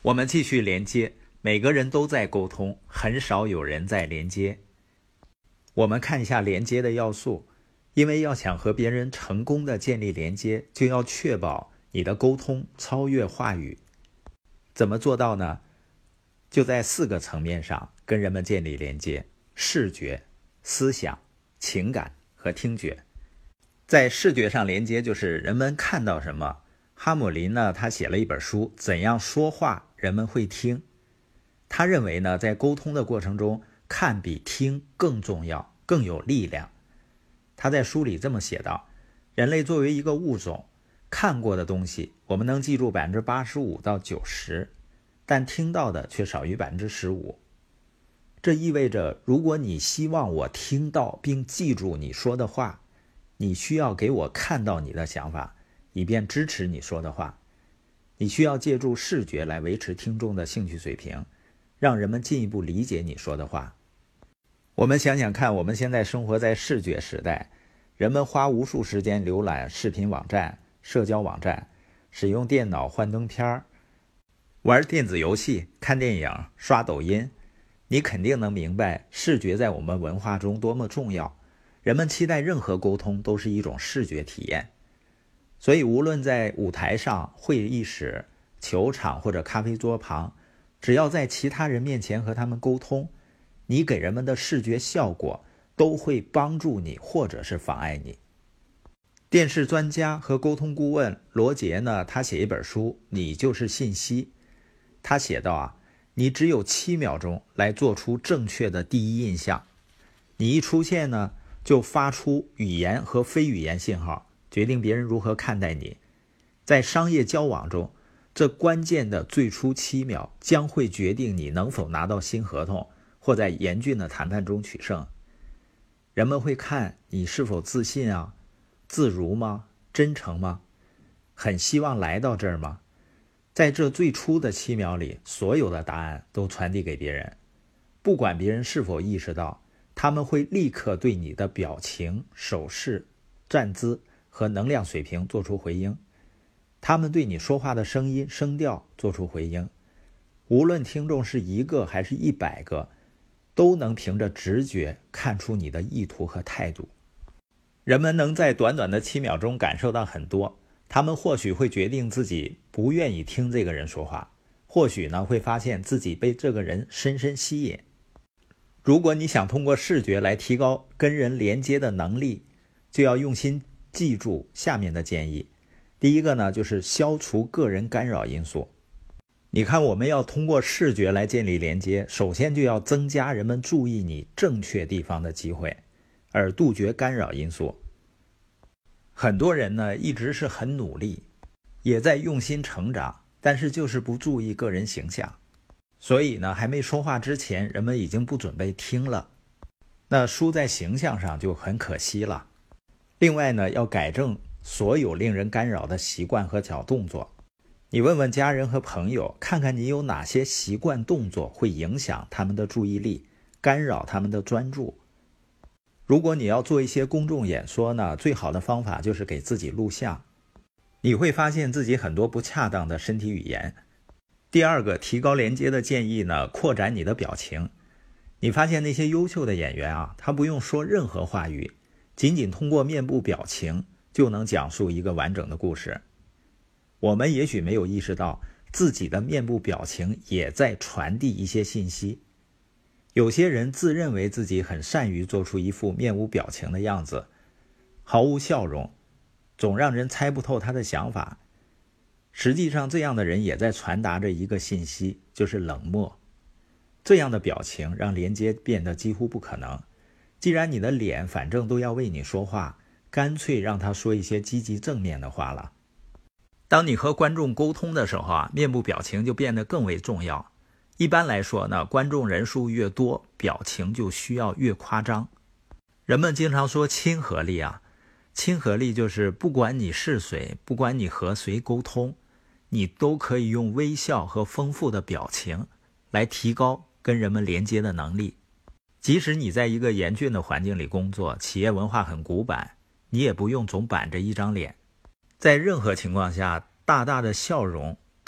我们继续连接，每个人都在沟通，很少有人在连接。我们看一下连接的要素，因为要想和别人成功的建立连接，就要确保你的沟通超越话语。怎么做到呢？就在4个层面上跟人们建立连接：视觉、思想、情感和听觉。在视觉上连接，就是人们看到什么。哈姆林呢，他写了一本书，怎样说话人们会听。他认为呢，在沟通的过程中，看比听更重要，更有力量。他在书里这么写道：人类作为一个物种，看过的东西我们能记住85%到90%，但听到的却少于15%。这意味着，如果你希望我听到并记住你说的话，你需要给我看到你的想法，以便支持你说的话。你需要借助视觉来维持听众的兴趣水平，让人们进一步理解你说的话。我们想想看，我们现在生活在视觉时代，人们花无数时间浏览视频网站、社交网站，使用电脑幻灯片，玩电子游戏、看电影、刷抖音。你肯定能明白视觉在我们文化中多么重要。人们期待任何沟通都是一种视觉体验。所以无论在舞台上、会议室、球场或者咖啡桌旁，只要在其他人面前和他们沟通，你给人们的视觉效果都会帮助你或者是妨碍你。电视专家和沟通顾问罗杰呢，他写一本书《你就是信息》。他写道你只有7秒钟来做出正确的第一印象。你一出现呢，就发出语言和非语言信号，决定别人如何看待你。在商业交往中，这关键的最初7秒将会决定你能否拿到新合同，或在严峻的谈判中取胜。人们会看你是否自信自如吗？真诚吗？很希望来到这儿吗？在这最初的7秒里，所有的答案都传递给别人。不管别人是否意识到，他们会立刻对你的表情、手势、站姿和能量水平做出回应。他们对你说话的声音、声调做出回应。无论听众是1个还是100个，都能凭着直觉看出你的意图和态度。人们能在短短的7秒钟感受到很多，他们或许会决定自己不愿意听这个人说话，或许呢会发现自己被这个人深深吸引。如果你想通过视觉来提高跟人连接的能力，就要用心记住下面的建议。第一个呢，就是消除个人干扰因素。你看，我们要通过视觉来建立连接，首先就要增加人们注意你正确地方的机会，而杜绝干扰因素。很多人呢一直是很努力，也在用心成长，但是就是不注意个人形象。所以呢，还没说话之前，人们已经不准备听了，那输在形象上就很可惜了。另外呢，要改正所有令人干扰的习惯和小动作。你问问家人和朋友，看看你有哪些习惯动作会影响他们的注意力，干扰他们的专注。如果你要做一些公众演说呢，最好的方法就是给自己录像。你会发现自己很多不恰当的身体语言。第二个提高连接的建议呢，扩展你的表情。你发现那些优秀的演员他不用说任何话语，仅仅通过面部表情就能讲述一个完整的故事。我们也许没有意识到自己的面部表情也在传递一些信息。有些人自认为自己很善于做出一副面无表情的样子，毫无笑容，总让人猜不透他的想法。实际上，这样的人也在传达着一个信息，就是冷漠。这样的表情让连接变得几乎不可能。既然你的脸反正都要为你说话，干脆让他说一些积极正面的话了。当你和观众沟通的时候面部表情就变得更为重要。一般来说呢，观众人数越多，表情就需要越夸张。人们经常说亲和力亲和力就是不管你是谁，不管你和谁沟通，你都可以用微笑和丰富的表情来提高跟人们连接的能力。即使你在一个严峻的环境里工作，企业文化很古板，你也不用总板着一张脸。在任何情况下，大大的笑容都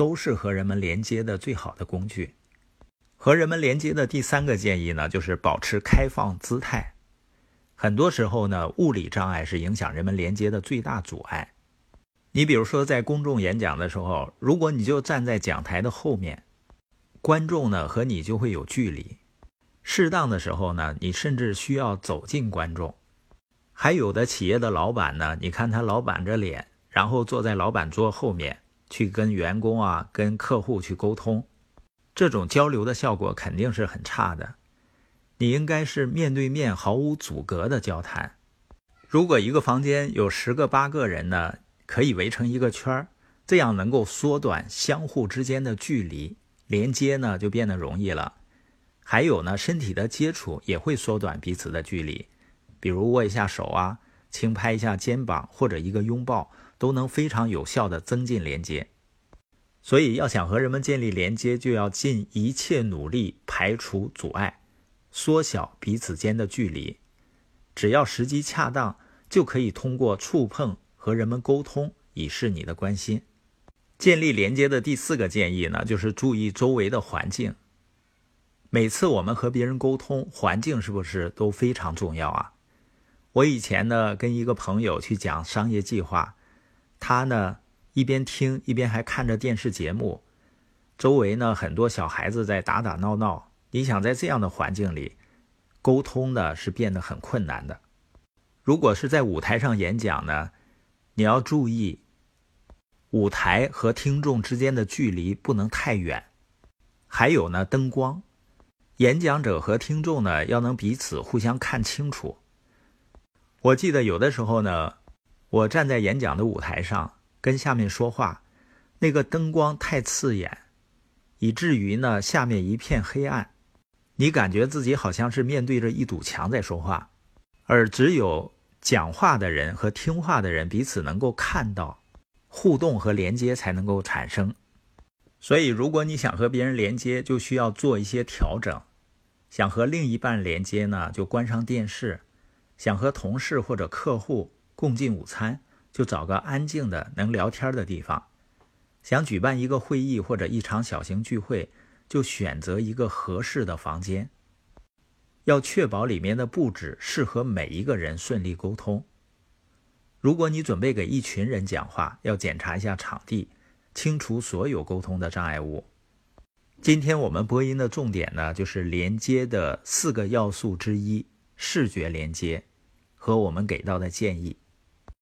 都是和人们连接的最好的工具。和人们连接的第3个建议呢，就是保持开放姿态。很多时候呢，物理障碍是影响人们连接的最大阻碍。你比如说在公众演讲的时候，如果你就站在讲台的后面，观众呢和你就会有距离。适当的时候呢，你甚至需要走进观众。还有的企业的老板呢，你看他老板着脸，然后坐在老板桌后面去跟员工啊、跟客户去沟通，这种交流的效果肯定是很差的。你应该是面对面毫无阻隔的交谈。如果一个房间有10个8个人呢，可以围成一个圈，这样能够缩短相互之间的距离，连接呢就变得容易了。还有呢，身体的接触也会缩短彼此的距离，比如握一下手啊，轻拍一下肩膀，或者一个拥抱，都能非常有效地增进连接。所以要想和人们建立连接，就要尽一切努力排除阻碍，缩小彼此间的距离。只要时机恰当，就可以通过触碰和人们沟通，以示你的关心。建立连接的第4个建议呢，就是注意周围的环境。每次我们和别人沟通，环境是不是都非常重要啊？我以前呢跟一个朋友去讲商业计划，他呢一边听一边还看着电视节目，周围呢很多小孩子在打打闹闹。你想在这样的环境里，沟通呢是变得很困难的。如果是在舞台上演讲呢，你要注意舞台和听众之间的距离不能太远。还有呢，灯光，演讲者和听众呢要能彼此互相看清楚。我记得有的时候呢，我站在演讲的舞台上跟下面说话，那个灯光太刺眼，以至于呢下面一片黑暗，你感觉自己好像是面对着一堵墙在说话，而只有讲话的人和听话的人彼此能够看到，互动和连接才能够产生。所以如果你想和别人连接，就需要做一些调整。想和另一半连接呢，就关上电视；想和同事或者客户共进午餐，就找个安静的能聊天的地方；想举办一个会议或者一场小型聚会，就选择一个合适的房间。要确保里面的布置适合每一个人顺利沟通。如果你准备给一群人讲话，要检查一下场地，清除所有沟通的障碍物。今天我们播音的重点呢，就是连接的4个要素之一，视觉连接，和我们给到的建议。